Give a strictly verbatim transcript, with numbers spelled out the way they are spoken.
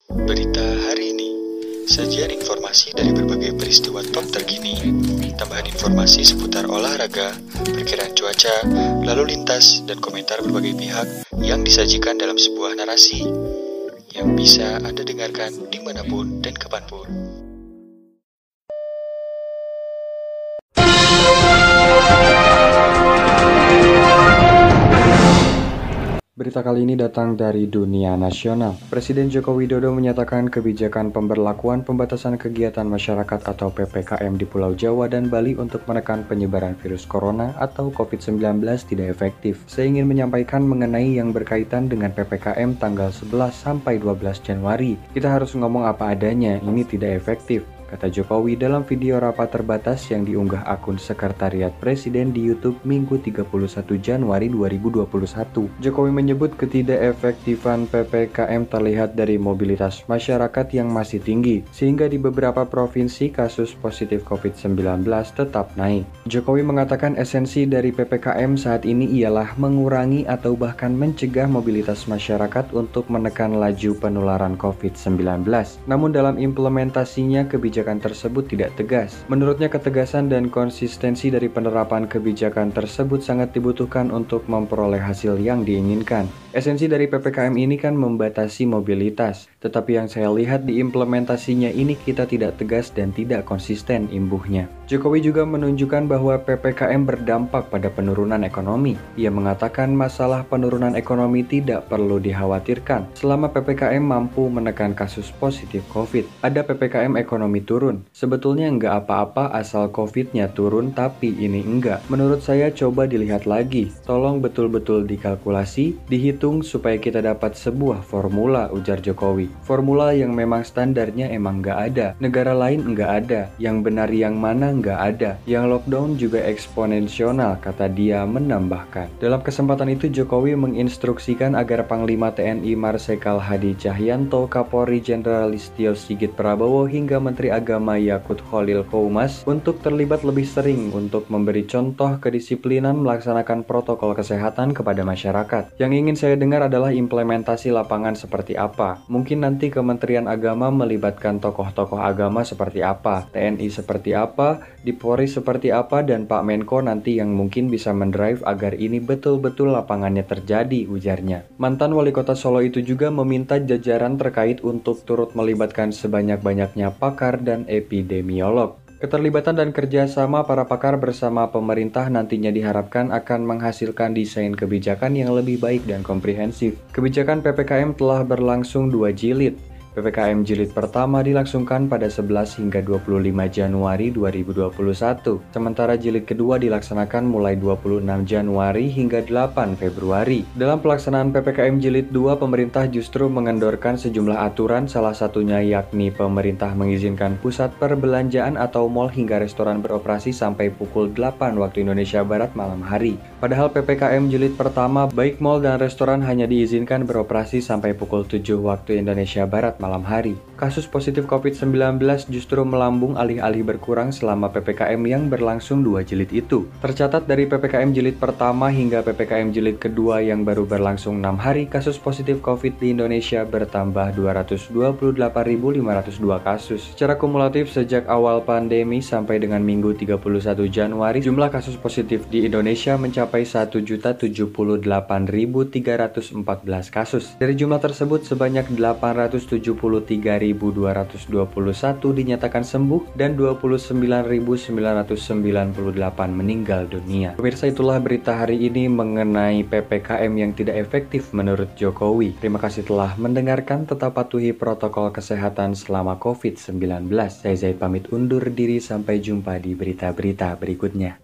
Berita hari ini, sajian informasi dari berbagai peristiwa top terkini, tambahan informasi seputar olahraga, perkiraan cuaca, lalu lintas, dan komentar berbagai pihak yang disajikan dalam sebuah narasi yang bisa Anda dengarkan dimanapun dan kapanpun. Berita kali ini datang dari dunia nasional. Presiden Joko Widodo menyatakan kebijakan pemberlakuan pembatasan kegiatan masyarakat atau P P K M di Pulau Jawa dan Bali untuk menekan penyebaran virus corona atau covid sembilan belas tidak efektif. Saya ingin menyampaikan mengenai yang berkaitan dengan P P K M tanggal sebelas sampai dua belas Januari. Kita harus ngomong apa adanya, ini tidak efektif, kata Jokowi dalam video rapat terbatas yang diunggah akun Sekretariat Presiden di YouTube Minggu tiga puluh satu Januari dua ribu dua puluh satu. Jokowi menyebut ketidakefektifan P P K M terlihat dari mobilitas masyarakat yang masih tinggi, sehingga di beberapa provinsi kasus positif covid sembilan belas tetap naik. Jokowi mengatakan esensi dari P P K M saat ini ialah mengurangi atau bahkan mencegah mobilitas masyarakat untuk menekan laju penularan covid sembilan belas. Namun dalam implementasinya kebijakan tersebut tidak tegas. Menurutnya ketegasan dan konsistensi dari penerapan kebijakan tersebut sangat dibutuhkan untuk memperoleh hasil yang diinginkan. Esensi dari P P K M ini kan membatasi mobilitas, tetapi yang saya lihat di implementasinya ini kita tidak tegas dan tidak konsisten imbuhnya. Jokowi juga menunjukkan bahwa P P K M berdampak pada penurunan ekonomi. Ia mengatakan masalah penurunan ekonomi tidak perlu dikhawatirkan selama P P K M mampu menekan kasus positif COVID. Ada P P K M ekonomi turun. Sebetulnya enggak apa-apa asal COVID-nya turun, tapi ini enggak. Menurut saya coba dilihat lagi. Tolong betul-betul dikalkulasi, dihitung supaya kita dapat sebuah formula, ujar Jokowi. Formula yang memang standarnya emang enggak ada. Negara lain enggak ada. Yang benar yang mana enggak ada. Yang lockdown juga eksponensial, kata dia menambahkan. Dalam kesempatan itu Jokowi menginstruksikan agar Panglima T N I Marsikal Hadi Cahyanto, Kapolri Jenderal Listio Sigit Prabowo hingga Menteri Agama Yakut Khalil Qoumas untuk terlibat lebih sering untuk memberi contoh kedisiplinan melaksanakan protokol kesehatan kepada masyarakat. Yang ingin saya dengar adalah implementasi lapangan seperti apa. Mungkin nanti Kementerian Agama melibatkan tokoh-tokoh agama seperti apa, T N I seperti apa, di Polri seperti apa, dan Pak Menko nanti yang mungkin bisa mendrive agar ini betul-betul lapangannya terjadi, ujarnya. Mantan Wali Kota Solo itu juga meminta jajaran terkait untuk turut melibatkan sebanyak-banyaknya pakar dan epidemiolog. Keterlibatan dan kerjasama para pakar bersama pemerintah nantinya diharapkan akan menghasilkan desain kebijakan yang lebih baik dan komprehensif. Kebijakan P P K M telah berlangsung dua jilid. P P K M jilid pertama dilangsungkan pada sebelas hingga dua puluh lima Januari dua ribu dua puluh satu, sementara jilid kedua dilaksanakan mulai dua puluh enam Januari hingga delapan Februari. Dalam pelaksanaan P P K M jilid dua, pemerintah justru mengendorkan sejumlah aturan, salah satunya yakni pemerintah mengizinkan pusat perbelanjaan atau mal hingga restoran beroperasi sampai pukul delapan waktu Indonesia Barat malam hari. Padahal P P K M jilid pertama, baik mal dan restoran hanya diizinkan beroperasi sampai pukul tujuh waktu Indonesia Barat malam hari. Kasus positif covid sembilan belas justru melambung alih-alih berkurang selama P P K M yang berlangsung dua jilid itu. Tercatat dari P P K M jilid pertama hingga P P K M jilid kedua yang baru berlangsung enam hari, kasus positif COVID di Indonesia bertambah dua ratus dua puluh delapan ribu lima ratus dua kasus. Secara kumulatif sejak awal pandemi sampai dengan Minggu tiga puluh satu Januari, jumlah kasus positif di Indonesia mencapai satu juta tujuh puluh delapan ribu tiga ratus empat belas kasus. Dari jumlah tersebut sebanyak delapan ratus tujuh puluh tiga ribu dua ratus dua puluh satu dinyatakan sembuh dan dua puluh sembilan ribu sembilan ratus sembilan puluh delapan meninggal dunia. Pemirsa, itulah berita hari ini mengenai P P K M yang tidak efektif menurut Jokowi. Terima kasih telah mendengarkan, tetap patuhi protokol kesehatan selama covid sembilan belas. Saya Zaid pamit undur diri, sampai jumpa di berita-berita berikutnya.